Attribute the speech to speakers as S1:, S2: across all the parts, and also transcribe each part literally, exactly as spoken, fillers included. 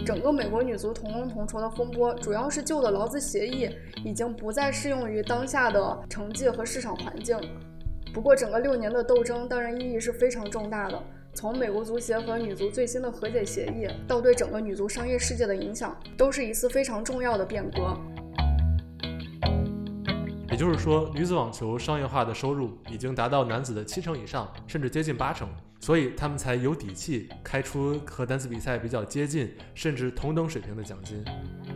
S1: 整个美国女足同工同酬的风波，主要是旧的劳资协议已经不再适用于当下的成绩和市场环境。不过整个六年的斗争当然意义是非常重大的，从美国足协和女足最新的和解协议到对整个女足商业世界的影响，都是一次非常重要的变革。
S2: 也就是说，女子网球商业化的收入已经达到男子的七成以上，甚至接近八成，所以他们才有底气开出和男子比赛比较接近，甚至同等水平的奖金。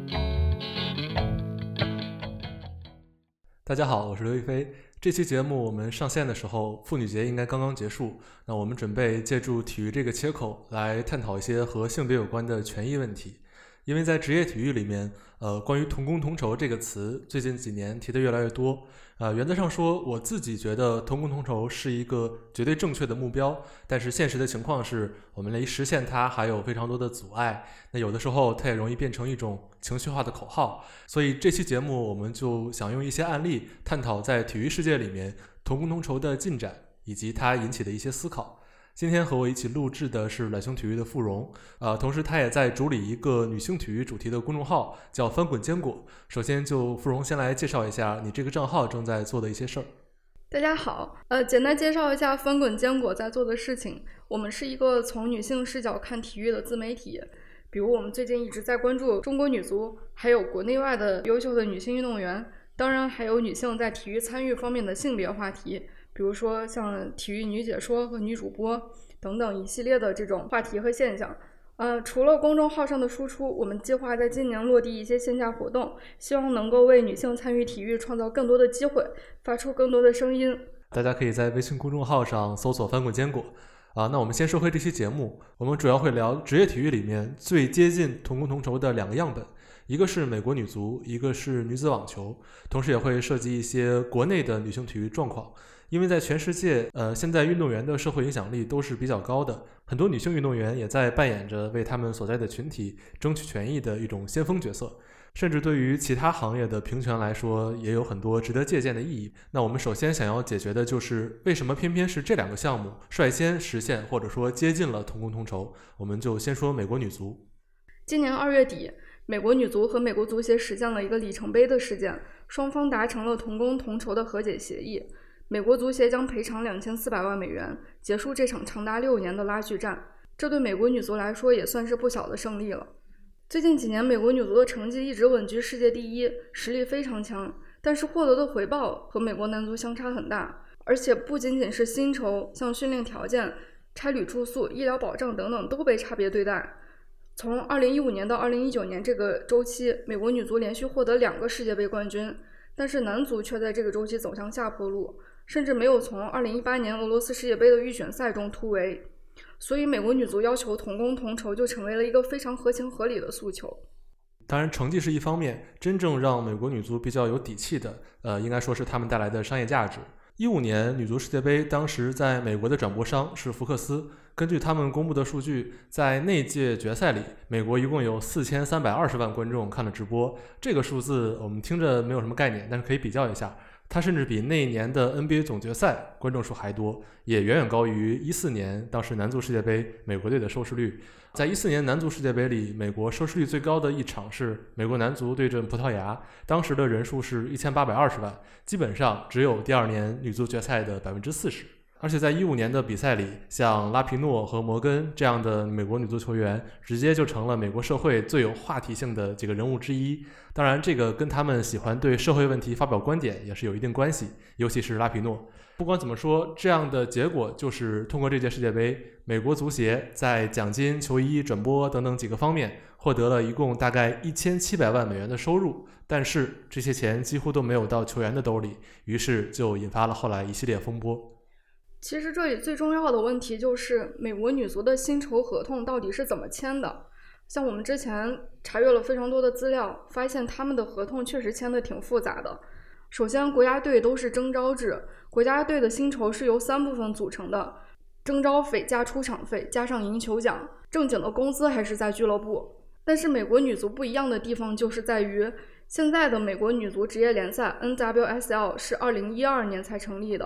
S2: 大家好，我是刘亦菲。这期节目我们上线的时候，妇女节应该刚刚结束，那我们准备借助体育这个切口来探讨一些和性别有关的权益问题。因为在职业体育里面，呃，关于同工同酬这个词，最近几年提的越来越多。呃，原则上说，我自己觉得同工同酬是一个绝对正确的目标，但是现实的情况是，我们离实现它还有非常多的阻碍。那有的时候，它也容易变成一种情绪化的口号。所以这期节目，我们就想用一些案例探讨在体育世界里面同工同酬的进展，以及它引起的一些思考。今天和我一起录制的是懒熊体育的傅荣，呃，同时他也在主理一个女性体育主题的公众号，叫翻滚坚果。首先就傅荣先来介绍一下你这个账号正在做的一些事儿。
S1: 大家好，呃，简单介绍一下翻滚坚果在做的事情。我们是一个从女性视角看体育的自媒体，比如我们最近一直在关注中国女足，还有国内外的优秀的女性运动员，当然还有女性在体育参与方面的性别话题。比如说像体育女解说和女主播等等一系列的这种话题和现象。呃，除了公众号上的输出，我们计划在今年落地一些线下活动，希望能够为女性参与体育创造更多的机会，发出更多的声音。
S2: 大家可以在微信公众号上搜索翻滚坚果。啊，那我们先说回这期节目，我们主要会聊职业体育里面最接近同工同酬的两个样本，一个是美国女足，一个是女子网球，同时也会涉及一些国内的女性体育状况。因为在全世界，呃，现在运动员的社会影响力都是比较高的，很多女性运动员也在扮演着为他们所在的群体争取权益的一种先锋角色，甚至对于其他行业的平权来说，也有很多值得借鉴的意义。那我们首先想要解决的就是为什么偏偏是这两个项目率先实现或者说接近了同工同酬。我们就先说美国女足。
S1: 今年二月底，美国女足和美国足协实现了一个里程碑的事件，双方达成了同工同酬的和解协议。美国足协将赔偿两千四百万美元，结束这场长达六年的拉锯战。这对美国女足来说也算是不小的胜利了。最近几年，美国女足的成绩一直稳居世界第一，实力非常强，但是获得的回报和美国男足相差很大。而且不仅仅是薪酬，像训练条件、差旅住宿、医疗保障等等都被差别对待。从二零一五年到二零一九年这个周期，美国女足连续获得两个世界杯冠军，但是男足却在这个周期走向下坡路，甚至没有从二零一八年俄罗斯世界杯的预选赛中突围。所以美国女足要求同工同酬就成为了一个非常合情合理的诉求。
S2: 当然成绩是一方面，真正让美国女足比较有底气的，呃，应该说是他们带来的商业价值。一五年女足世界杯，当时在美国的转播商是福克斯，根据他们公布的数据，在那届决赛里，美国一共有四千三百二十万观众看了直播。这个数字我们听着没有什么概念，但是可以比较一下，它甚至比那一年的 N B A 总决赛观众数还多，也远远高于一四年当时男足世界杯美国队的收视率。在一四年男足世界杯里，美国收视率最高的一场是美国男足对阵葡萄牙，当时的人数是一千八百二十万，基本上只有第二年女足决赛的 百分之四十。而且在一五年的比赛里，像拉皮诺和摩根这样的美国女足球员直接就成了美国社会最有话题性的几个人物之一。当然这个跟他们喜欢对社会问题发表观点也是有一定关系，尤其是拉皮诺。不管怎么说，这样的结果就是通过这届世界杯，美国足协在奖金、球衣、转播等等几个方面获得了一共大概一千七百万美元的收入，但是这些钱几乎都没有到球员的兜里，于是就引发了后来一系列风波。
S1: 其实这里最重要的问题就是美国女足的薪酬合同到底是怎么签的。像我们之前查阅了非常多的资料，发现他们的合同确实签的挺复杂的。首先国家队都是征召制，国家队的薪酬是由三部分组成的，征召费加出场费加上赢球奖，正经的工资还是在俱乐部。但是美国女足不一样的地方就是在于，现在的美国女足职业联赛 N W S L 是二零一二年才成立的，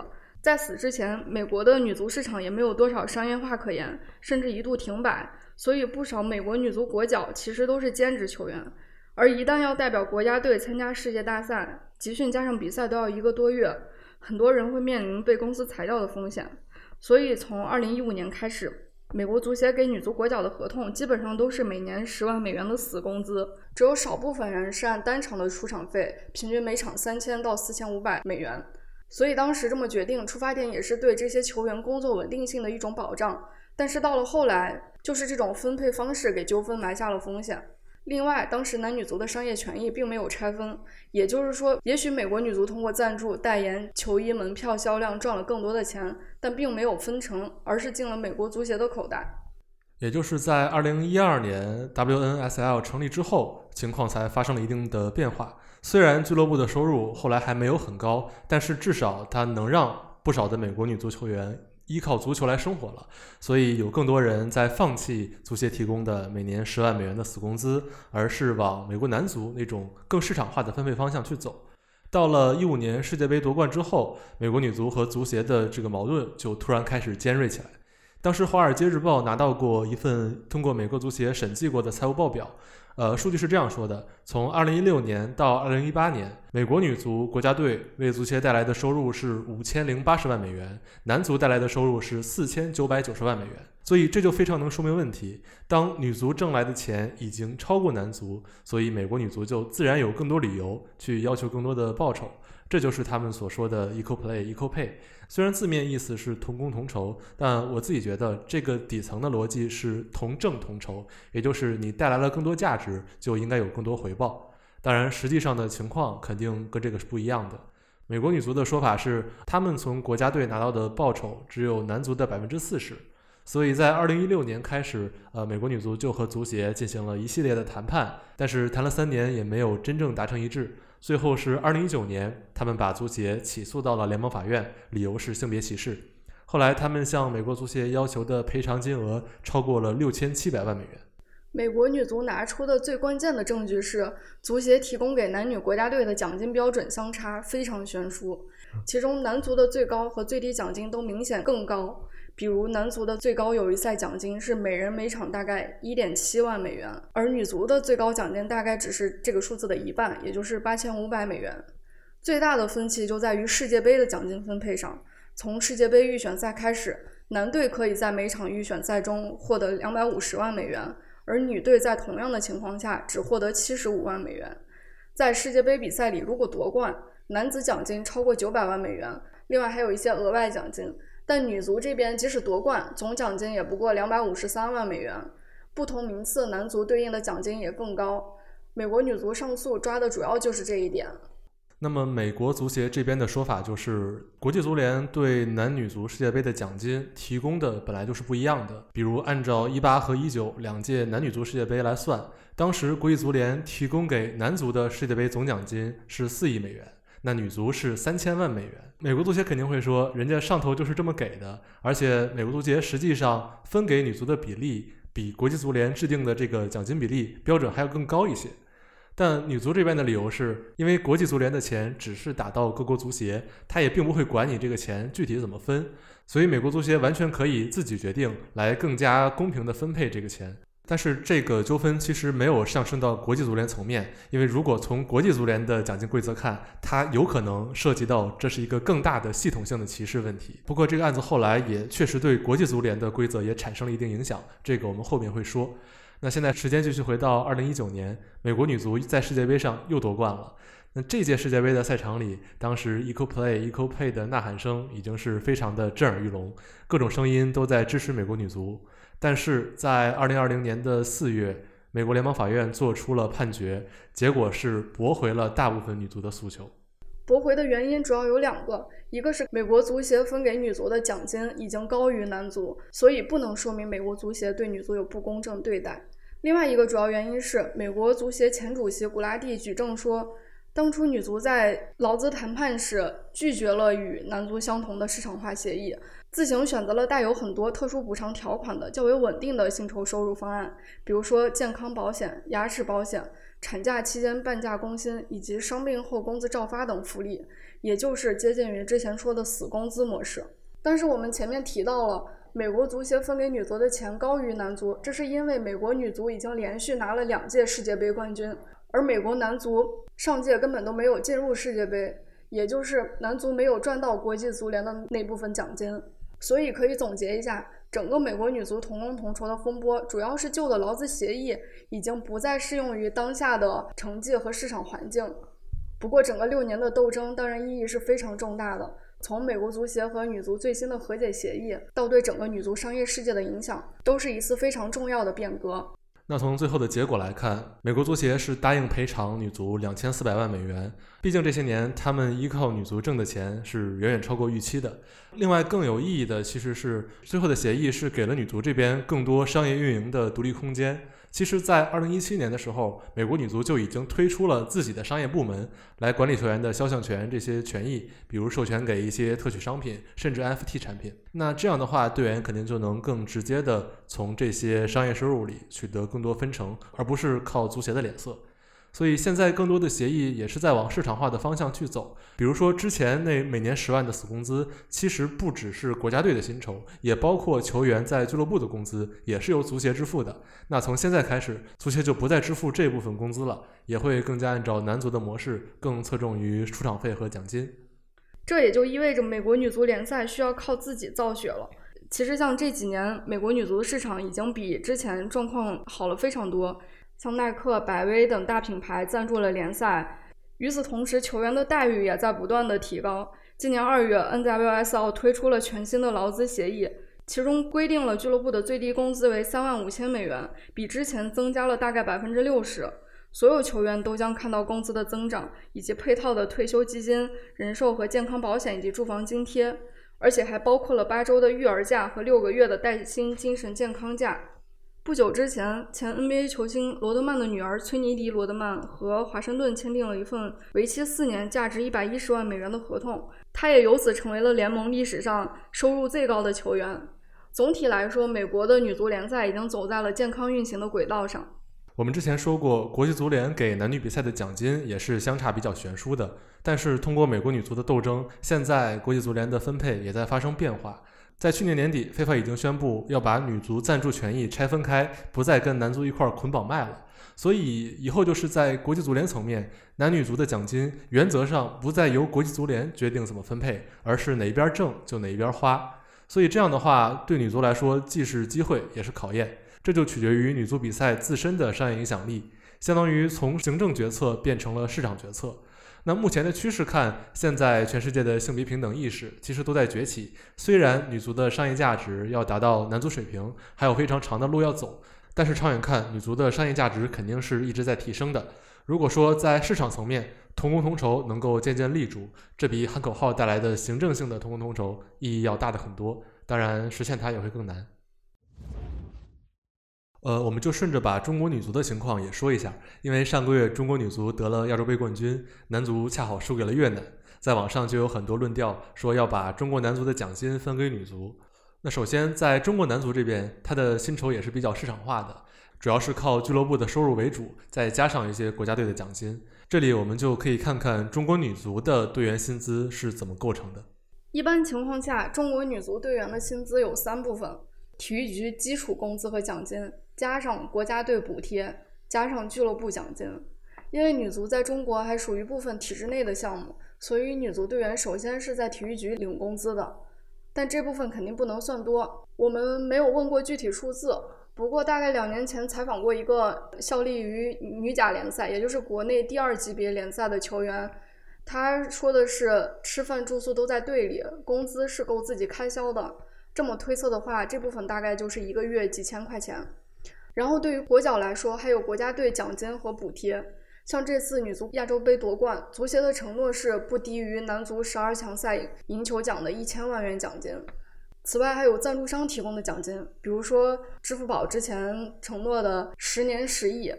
S1: 在此之前，美国的女足市场也没有多少商业化可言，甚至一度停摆，所以不少美国女足国脚其实都是兼职球员，而一旦要代表国家队参加世界大赛，集训加上比赛都要一个多月，很多人会面临被公司裁掉的风险。所以从二零一五年开始，美国足协给女足国脚的合同基本上都是每年十万美元的死工资，只有少部分人是按单场的出场费，平均每场三千到四千五百美元。所以当时这么决定，出发点也是对这些球员工作稳定性的一种保障。但是到了后来，就是这种分配方式给纠纷埋下了风险。另外，当时男女足的商业权益并没有拆分，也就是说，也许美国女足通过赞助、代言、球衣、门票销量赚了更多的钱，但并没有分成，而是进了美国足协的口袋。
S2: 也就是在二零一二年 W N S L 成立之后，情况才发生了一定的变化。虽然俱乐部的收入后来还没有很高，但是至少它能让不少的美国女足球员依靠足球来生活了，所以有更多人在放弃足协提供的每年十万美元的死工资，而是往美国男足那种更市场化的分配方向去走。到了一五年世界杯夺冠之后，美国女足和足协的这个矛盾就突然开始尖锐起来。当时《华尔街日报》拿到过一份通过美国足协审计过的财务报表，呃，数据是这样说的：从二零一六年到二零一八年，美国女足国家队为足协带来的收入是五千零八十万美元，男足带来的收入是四千九百九十万美元。所以这就非常能说明问题，当女足挣来的钱已经超过男足，所以美国女足就自然有更多理由去要求更多的报酬。这就是他们所说的 equal play equal pay。 虽然字面意思是同工同酬，但我自己觉得这个底层的逻辑是同挣同酬，也就是你带来了更多价值，就应该有更多回报。当然实际上的情况肯定跟这个是不一样的。美国女足的说法是，他们从国家队拿到的报酬只有男足的 百分之四十，所以在二零一六年开始，呃，美国女足就和足协进行了一系列的谈判，但是谈了三年也没有真正达成一致。最后是二零一九年，他们把足协起诉到了联邦法院，理由是性别歧视。后来他们向美国足协要求的赔偿金额超过了六千七百万美元。
S1: 美国女足拿出的最关键的证据是，足协提供给男女国家队的奖金标准相差非常悬殊，其中男足的最高和最低奖金都明显更高。比如男足的最高友谊赛奖金是每人每场大概 一点七万美元，而女足的最高奖金大概只是这个数字的一半，也就是八千五百美元。最大的分歧就在于世界杯的奖金分配上，从世界杯预选赛开始，男队可以在每场预选赛中获得两百五十万美元，而女队在同样的情况下只获得七十五万美元。在世界杯比赛里，如果夺冠，男子奖金超过九百万美元，另外还有一些额外奖金。但女足这边即使夺冠，总奖金也不过两百五十三万美元，不同名次男足对应的奖金也更高。美国女足上诉抓的主要就是这一点。
S2: 那么美国足协这边的说法就是，国际足联对男女足世界杯的奖金提供的本来就是不一样的。比如按照一八和一九两届男女足世界杯来算，当时国际足联提供给男足的世界杯总奖金是四亿美元，那女足是三千万美元。美国足协肯定会说，人家上头就是这么给的，而且美国足协实际上分给女足的比例比国际足联制定的这个奖金比例标准还要更高一些。但女足这边的理由是，因为国际足联的钱只是打到各国足协，他也并不会管你这个钱具体怎么分，所以美国足协完全可以自己决定来更加公平的分配这个钱。但是这个纠纷其实没有上升到国际足联层面，因为如果从国际足联的奖金规则看，它有可能涉及到这是一个更大的系统性的歧视问题。不过这个案子后来也确实对国际足联的规则也产生了一定影响，这个我们后面会说。那现在时间继续回到二零一九年，美国女足在世界杯上又夺冠了。那这届世界杯的赛场里，当时 equal play equal pay 的呐喊声已经是非常的震耳欲聋，各种声音都在支持美国女足。但是在二零二零年的四月，美国联邦法院做出了判决，结果是驳回了大部分女足的诉求。
S1: 驳回的原因主要有两个，一个是美国足协分给女足的奖金已经高于男足，所以不能说明美国足协对女足有不公正对待。另外一个主要原因是，美国足协前主席古拉蒂举证说， 当初女足在劳资谈判时拒绝了与男足相同的市场化协议，自行选择了带有很多特殊补偿条款的较为稳定的薪酬收入方案，比如说健康保险、牙齿保险、产假期间半价工薪以及伤病后工资照发等福利，也就是接近于之前说的死工资模式。但是我们前面提到了美国足协分给女足的钱高于男足，这是因为美国女足已经连续拿了两届世界杯冠军，而美国男足上届根本都没有进入世界杯，也就是男足没有赚到国际足联的那部分奖金。所以可以总结一下，整个美国女足同工同酬的风波主要是旧的劳资协议已经不再适用于当下的成绩和市场环境。不过整个六年的斗争当然意义是非常重大的，从美国足协和女足最新的和解协议到对整个女足商业世界的影响，都是一次非常重要的变革。
S2: 那从最后的结果来看，美国足协是答应赔偿女足两千四百万美元，毕竟这些年他们依靠女足挣的钱是远远超过预期的。另外更有意义的其实是最后的协议是给了女足这边更多商业运营的独立空间。其实在二零一七年的时候，美国女足就已经推出了自己的商业部门来管理球员的肖像权这些权益，比如授权给一些特许商品甚至 N F T 产品。那这样的话，队员肯定就能更直接的从这些商业收入里取得更多分成，而不是靠足协的脸色。所以现在更多的协议也是在往市场化的方向去走，比如说之前那每年十万的死工资，其实不只是国家队的薪酬，也包括球员在俱乐部的工资，也是由足协支付的。那从现在开始，足协就不再支付这部分工资了，也会更加按照男足的模式，更侧重于出场费和奖金。
S1: 这也就意味着美国女足联赛需要靠自己造血了。其实像这几年，美国女足的市场已经比之前状况好了非常多，像耐克、百威等大品牌赞助了联赛，与此同时球员的待遇也在不断的提高。今年二月 N W S L 推出了全新的劳资协议，其中规定了俱乐部的最低工资为三万五千美元，比之前增加了大概 百分之六十。 所有球员都将看到工资的增长，以及配套的退休基金、人寿和健康保险以及住房津贴，而且还包括了八周的育儿假和六个月的带薪精神健康假。不久之前，前 N B A 球星罗德曼的女儿崔妮迪·罗德曼和华盛顿签订了一份为期四年、价值一百一十万美元的合同，她也由此成为了联盟历史上收入最高的球员。总体来说，美国的女足联赛已经走在了健康运行的轨道上。
S2: 我们之前说过，国际足联给男女比赛的奖金也是相差比较悬殊的，但是通过美国女足的斗争，现在国际足联的分配也在发生变化。在去年年底， FIFA 已经宣布要把女足赞助权益拆分开，不再跟男足一块捆绑卖了。所以以后就是在国际足联层面，男女足的奖金原则上不再由国际足联决定怎么分配，而是哪一边挣就哪一边花。所以这样的话，对女足来说既是机会也是考验，这就取决于女足比赛自身的商业影响力，相当于从行政决策变成了市场决策。那目前的趋势看，现在全世界的性别平等意识其实都在崛起，虽然女足的商业价值要达到男足水平还有非常长的路要走，但是长远看，女足的商业价值肯定是一直在提升的。如果说在市场层面同工同酬能够渐渐立住，这比喊口号带来的行政性的同工同酬意义要大的很多，当然实现它也会更难。呃，我们就顺着把中国女足的情况也说一下，因为上个月中国女足得了亚洲杯冠军，男足恰好输给了越南，在网上就有很多论调说要把中国男足的奖金分给女足。那首先在中国男足这边，它的薪酬也是比较市场化的，主要是靠俱乐部的收入为主，再加上一些国家队的奖金。这里我们就可以看看中国女足的队员薪资是怎么构成的。
S1: 一般情况下，中国女足队员的薪资有三部分：体育局基础工资和奖金，加上国家队补贴，加上俱乐部奖金。因为女足在中国还属于部分体制内的项目，所以女足队员首先是在体育局领工资的，但这部分肯定不能算多，我们没有问过具体数字。不过大概两年前采访过一个效力于女甲联赛，也就是国内第二级别联赛的球员，他说的是吃饭住宿都在队里，工资是够自己开销的。这么推测的话，这部分大概就是一个月几千块钱。然后对于国脚来说，还有国家队奖金和补贴。像这次女足亚洲杯夺冠，足协的承诺是不低于男足十二强赛赢球奖的一千万元奖金。此外还有赞助商提供的奖金，比如说支付宝之前承诺的十年十亿，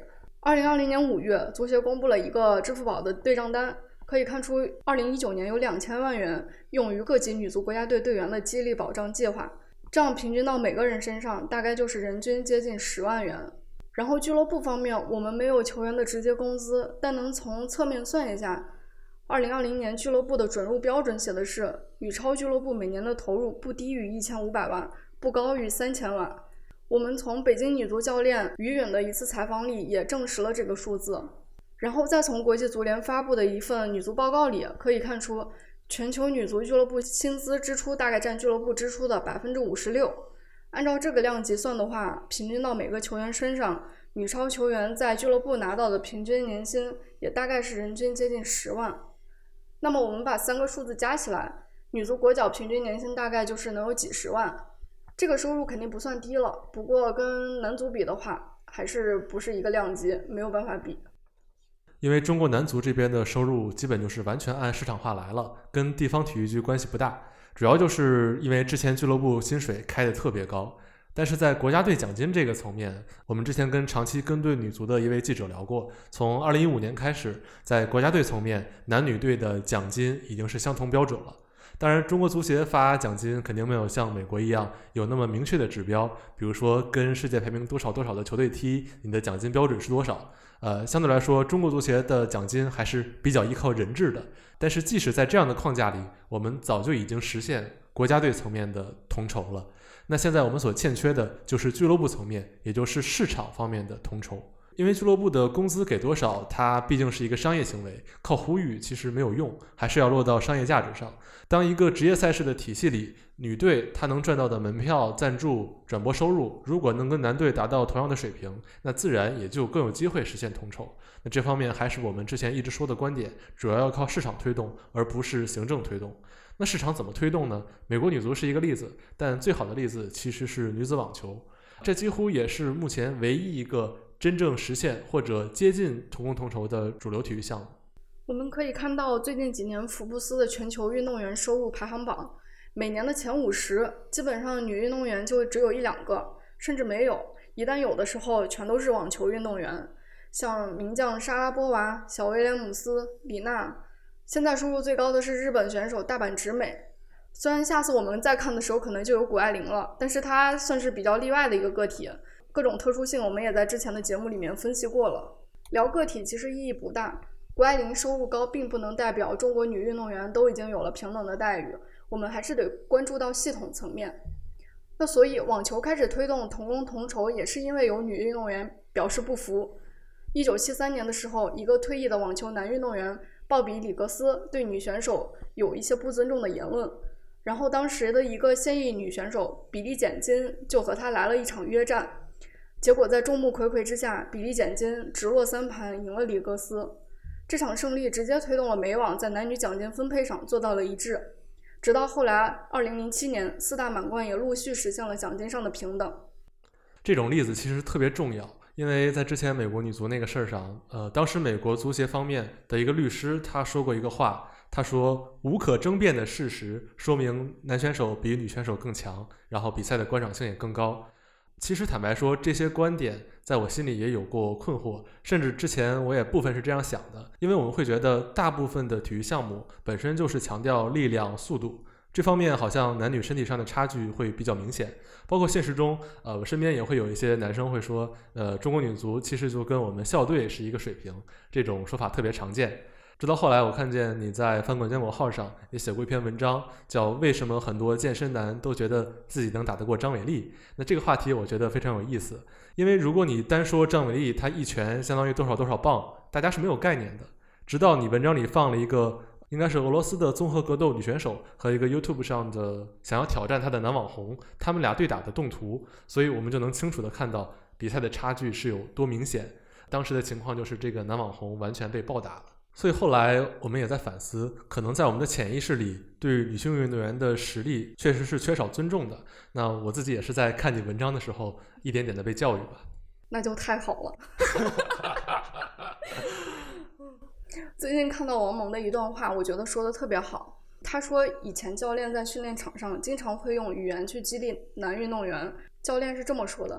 S1: 二零二零年五月，足协公布了一个支付宝的对账单，可以看出二零一九年有两千万元用于各级女足国家队队员的激励保障计划，这样平均到每个人身上大概就是人均接近十万元。然后俱乐部方面，我们没有球员的直接工资，但能从侧面算一下，二零二零年俱乐部的准入标准写的是女超俱乐部每年的投入不低于一千五百万，不高于三千万。我们从北京女足教练于允的一次采访里也证实了这个数字，然后再从国际足联发布的一份女足报告里可以看出，全球女足俱乐部薪资支出大概占俱乐部支出的 百分之五十六。 按照这个量级算的话，平均到每个球员身上，女超球员在俱乐部拿到的平均年薪也大概是人均接近十万。那么我们把三个数字加起来，女足国脚平均年薪大概就是能有几十万，这个收入肯定不算低了，不过跟男足比的话还是不是一个量级，没有办法比。
S2: 因为中国男足这边的收入基本就是完全按市场化来了，跟地方体育局关系不大，主要就是因为之前俱乐部薪水开得特别高。但是在国家队奖金这个层面，我们之前跟长期跟队女足的一位记者聊过，从二零一五年开始，在国家队层面，男女队的奖金已经是相同标准了。当然，中国足协发奖金肯定没有像美国一样有那么明确的指标，比如说跟世界排名多少多少的球队踢，你的奖金标准是多少。呃，相对来说，中国足协的奖金还是比较依靠人治的。但是即使在这样的框架里，我们早就已经实现国家队层面的统筹了。那现在我们所欠缺的就是俱乐部层面，也就是市场方面的统筹。因为俱乐部的工资给多少，它毕竟是一个商业行为，靠呼吁其实没有用，还是要落到商业价值上。当一个职业赛事的体系里，女队它能赚到的门票、赞助、转播收入，如果能跟男队达到同样的水平，那自然也就更有机会实现统筹。那这方面还是我们之前一直说的观点，主要要靠市场推动，而不是行政推动。那市场怎么推动呢？美国女足是一个例子，但最好的例子其实是女子网球，这几乎也是目前唯一一个真正实现或者接近同工同酬的主流体育项目。
S1: 我们可以看到最近几年福布斯的全球运动员收入排行榜，每年的前五十基本上女运动员就只有一两个，甚至没有，一旦有的时候全都是网球运动员，像名将莎拉波娃、小威廉姆斯、李娜。现在收入最高的是日本选手大阪直美，虽然下次我们再看的时候可能就有谷爱凌了，但是她算是比较例外的一个个体，各种特殊性我们也在之前的节目里面分析过了。聊个体其实意义不大，谷爱凌收入高并不能代表中国女运动员都已经有了平等的待遇，我们还是得关注到系统层面。那所以网球开始推动同工同酬，也是因为有女运动员表示不服。一九七三年的时候，一个退役的网球男运动员鲍比·里格斯对女选手有一些不尊重的言论，然后当时的一个现役女选手比利·简金就和他来了一场约战，结果在众目睽睽之下，比利·简金直落三盘赢了里格斯。这场胜利直接推动了美网在男女奖金分配上做到了一致，直到后来二零零七年四大满贯也陆续实现了奖金上的平等。
S2: 这种例子其实特别重要，因为在之前美国女足那个事儿上，呃，当时美国足协方面的一个律师他说过一个话，他说无可争辩的事实说明男选手比女选手更强，然后比赛的观赏性也更高。其实坦白说，这些观点在我心里也有过困惑，甚至之前我也部分是这样想的，因为我们会觉得大部分的体育项目本身就是强调力量、速度，这方面好像男女身体上的差距会比较明显。包括现实中，呃，我身边也会有一些男生会说，呃，中国女足其实就跟我们校队是一个水平，这种说法特别常见。直到后来我看见你在翻滚坚果号上也写过一篇文章，叫为什么很多健身男都觉得自己能打得过张伟丽。那这个话题我觉得非常有意思，因为如果你单说张伟丽她一拳相当于多少多少磅，大家是没有概念的，直到你文章里放了一个应该是俄罗斯的综合格斗女选手和一个 YouTube 上的想要挑战她的男网红，他们俩对打的动图，所以我们就能清楚地看到比赛的差距是有多明显。当时的情况就是这个男网红完全被暴打了。所以后来我们也在反思，可能在我们的潜意识里，对女性运动员的实力确实是缺少尊重的。那我自己也是在看你文章的时候，一点点的被教育吧。
S1: 那就太好了。最近看到王蒙的一段话，我觉得说的特别好。他说以前教练在训练场上经常会用语言去激励男运动员，教练是这么说的：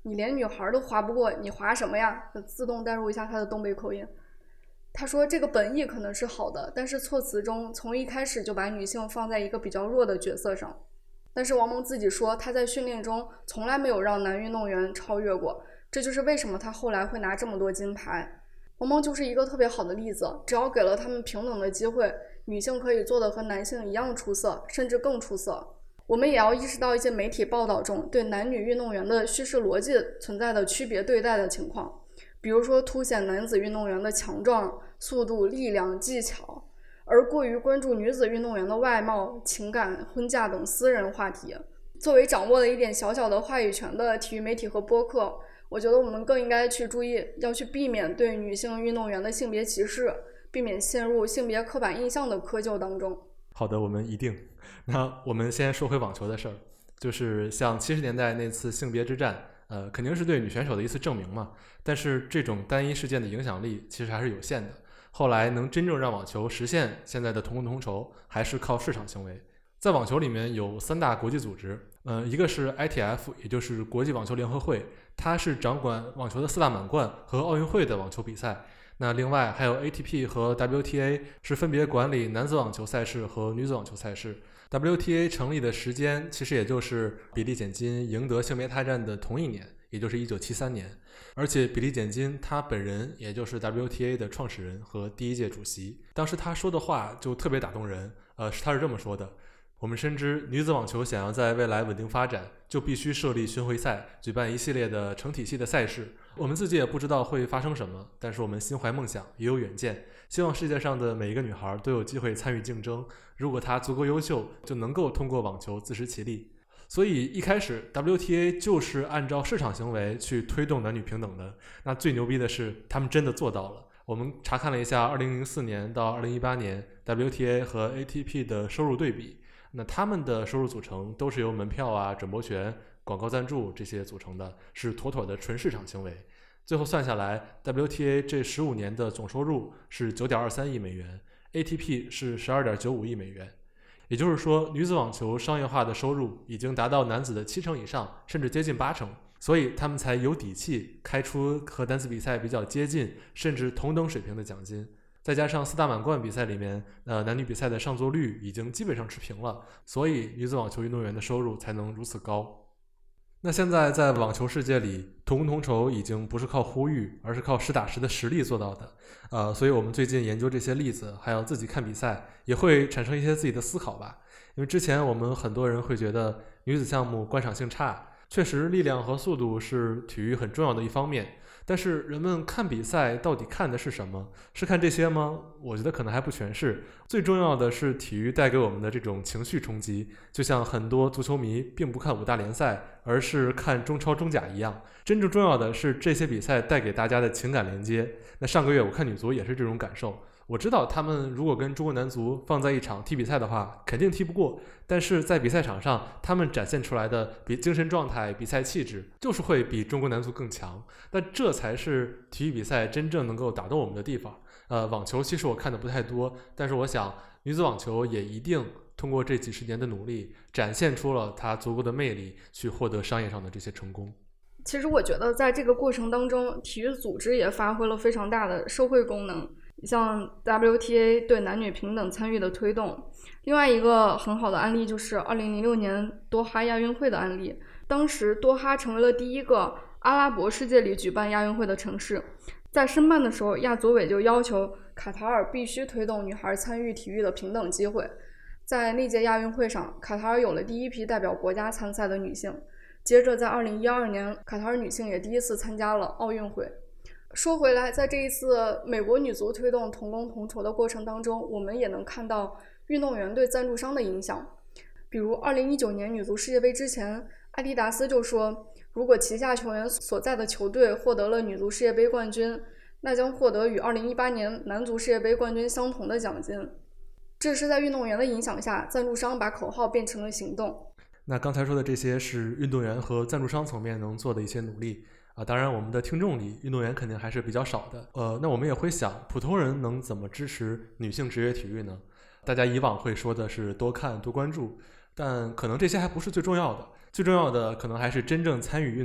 S1: 你连女孩都划不过，你划什么呀？自动带入一下他的东北口音。他说这个本意可能是好的，但是措辞中从一开始就把女性放在一个比较弱的角色上。但是王蒙自己说，他在训练中从来没有让男运动员超越过，这就是为什么他后来会拿这么多金牌。王蒙就是一个特别好的例子，只要给了他们平等的机会，女性可以做得和男性一样出色，甚至更出色。我们也要意识到一些媒体报道中对男女运动员的叙事逻辑存在的区别对待的情况，比如说凸显男子运动员的强壮、速度、力量、技巧，而过于关注女子运动员的外貌、情感、婚嫁等私人话题。作为掌握了一点小小的话语权的体育媒体和播客，我觉得我们更应该去注意，要去避免对女性运动员的性别歧视，避免陷入性别刻板印象的窠臼当中。
S2: 好的，我们一定。那我们先说回网球的事儿，就是像七十年代那次性别之战，呃，肯定是对女选手的一次证明嘛。但是这种单一事件的影响力其实还是有限的。后来能真正让网球实现现在的同工同酬，还是靠市场行为。在网球里面有三大国际组织，呃，一个是 I T F， 也就是国际网球联合会，它是掌管网球的四大满贯和奥运会的网球比赛。那另外还有 A T P 和 W T A， 是分别管理男子网球赛事和女子网球赛事。W T A 成立的时间其实也就是比利简金赢得性别大战的同一年，也就是一九七三年。而且比利简金他本人也就是 W T A 的创始人和第一届主席。当时他说的话就特别打动人，呃，他是这么说的：我们深知女子网球想要在未来稳定发展，就必须设立巡回赛，举办一系列的成体系的赛事。我们自己也不知道会发生什么，但是我们心怀梦想，也有远见，希望世界上的每一个女孩都有机会参与竞争。如果她足够优秀，就能够通过网球自食其力。所以一开始 W T A 就是按照市场行为去推动男女平等的。那最牛逼的是他们真的做到了。我们查看了一下二零零四年到二零一八年 W T A 和 A T P 的收入对比，那他们的收入组成都是由门票啊、转播权、广告赞助这些组成的，是妥妥的纯市场行为。最后算下来 W T A 这十五年的总收入是 九点二三亿美元， A T P 是 十二点九五亿美元。也就是说，女子网球商业化的收入已经达到男子的七成以上，甚至接近八成，所以他们才有底气开出和男子比赛比较接近甚至同等水平的奖金。再加上四大满贯比赛里面，呃，男女比赛的上座率已经基本上持平了，所以女子网球运动员的收入才能如此高。那现在在网球世界里，同工同酬已经不是靠呼吁，而是靠实打实的实力做到的。呃，所以我们最近研究这些例子，还有自己看比赛，也会产生一些自己的思考吧。因为之前我们很多人会觉得女子项目观赏性差，确实力量和速度是体育很重要的一方面。但是人们看比赛到底看的是什么？是看这些吗？我觉得可能还不全是。最重要的是体育带给我们的这种情绪冲击，就像很多足球迷并不看五大联赛，而是看中超中甲一样。真正重要的是这些比赛带给大家的情感连接。那上个月我看女足也是这种感受。我知道他们如果跟中国男足放在一场踢比赛的话，肯定踢不过，但是在比赛场上他们展现出来的比精神状态、比赛气质就是会比中国男足更强。那这才是体育比赛真正能够打动我们的地方。呃，网球其实我看的不太多，但是我想女子网球也一定通过这几十年的努力，展现出了它足够的魅力，去获得商业上的这些成功。
S1: 其实我觉得在这个过程当中，体育组织也发挥了非常大的社会功能。像 W T A 对男女平等参与的推动，另外一个很好的案例就是二零零六年多哈亚运会的案例。当时多哈成为了第一个阿拉伯世界里举办亚运会的城市。在申办的时候，亚组委就要求卡塔尔必须推动女孩参与体育的平等机会。在那届亚运会上，卡塔尔有了第一批代表国家参赛的女性。接着在二零一二年，卡塔尔女性也第一次参加了奥运会。说回来，在这一次美国女足推动同工同酬的过程当中，我们也能看到运动员对赞助商的影响。比如二零一九年女足世界杯之前，阿迪达斯就说，如果旗下球员所在的球队获得了女足世界杯冠军，那将获得与二零一八年男足世界杯冠军相同的奖金。这是在运动员的影响下，赞助商把口号变成了行动。
S2: 那刚才说的这些是运动员和赞助商层面能做的一些努力啊，当然我们的听众里运动员肯定还是比较少的。呃，那我们也会想，普通人能怎么支持女性职业体育呢？大家以往会说的是多看多关注，但可能这些还不是最重要的，最重要的可能还是真正参与运动。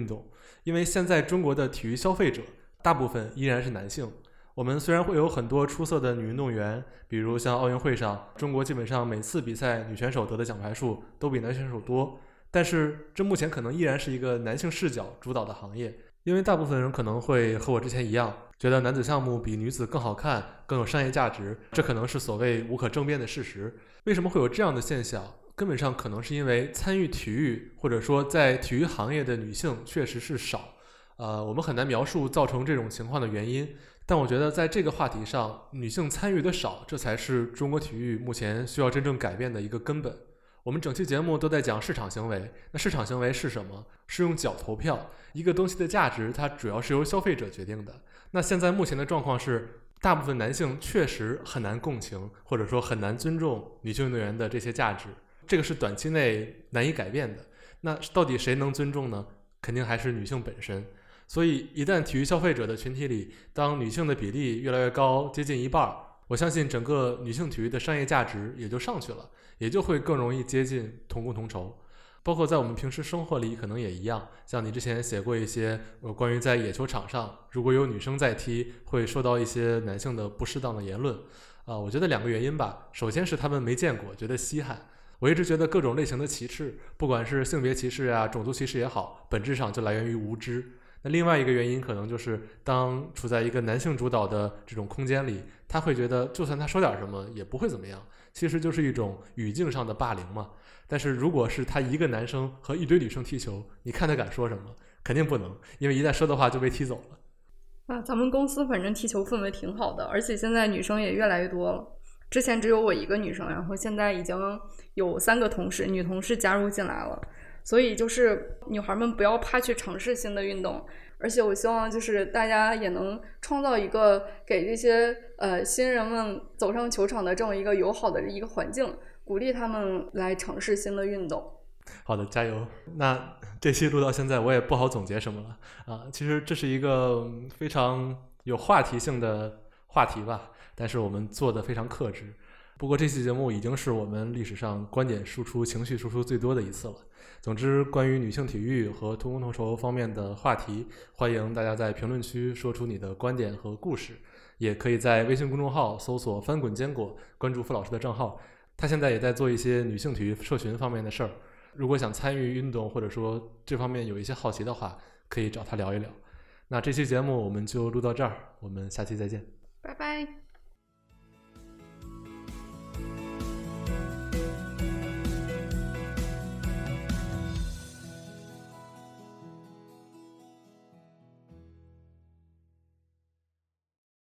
S2: 因为现在中国的体育消费者大部分依然是男性。我们虽然会有很多出色的女运动员，比如像奥运会上，中国基本上每次比赛女选手得的奖牌数都比男选手多，但是这目前可能依然是一个男性视角主导的行业。因为大部分人可能会和我之前一样，觉得男子项目比女子更好看，更有商业价值，这可能是所谓无可争辩的事实。为什么会有这样的现象？根本上可能是因为参与体育或者说在体育行业的女性确实是少，呃，我们很难描述造成这种情况的原因。但我觉得在这个话题上，女性参与的少，这才是中国体育目前需要真正改变的一个根本。我们整期节目都在讲市场行为，那市场行为是什么？是用脚投票。一个东西的价值，它主要是由消费者决定的。那现在目前的状况是，大部分男性确实很难共情，或者说很难尊重女性运动员的这些价值，这个是短期内难以改变的。那到底谁能尊重呢？肯定还是女性本身。所以一旦体育消费者的群体里，当女性的比例越来越高，接近一半，我相信整个女性体育的商业价值也就上去了，也就会更容易接近同工同酬。包括在我们平时生活里可能也一样，像你之前写过一些呃关于在野球场上如果有女生在踢会受到一些男性的不适当的言论啊、呃，我觉得两个原因吧。首先是他们没见过，觉得稀罕。我一直觉得各种类型的歧视，不管是性别歧视啊、种族歧视也好，本质上就来源于无知。那另外一个原因可能就是当处在一个男性主导的这种空间里，他会觉得就算他说点什么也不会怎么样，其实就是一种语境上的霸凌嘛。但是如果是他一个男生和一堆女生踢球，你看他敢说什么？肯定不能，因为一旦说的话就被踢走了。
S1: 啊，咱们公司反正踢球氛围挺好的，而且现在女生也越来越多了。之前只有我一个女生，然后现在已经有三个同事，女同事加入进来了。所以就是女孩们不要怕去尝试新的运动，而且我希望就是大家也能创造一个给这些呃新人们走上球场的这么一个友好的一个环境，鼓励他们来尝试新的运动。
S2: 好的，加油。那这期录到现在我也不好总结什么了啊，其实这是一个非常有话题性的话题吧，但是我们做得非常克制。不过这期节目已经是我们历史上观点输出、情绪输出最多的一次了。总之，关于女性体育和同工同酬方面的话题，欢迎大家在评论区说出你的观点和故事，也可以在微信公众号搜索翻滚坚果，关注傅老师的账号，他现在也在做一些女性体育社群方面的事儿。如果想参与运动或者说这方面有一些好奇的话，可以找他聊一聊。那这期节目我们就录到这儿，我们下期再见，
S1: 拜拜。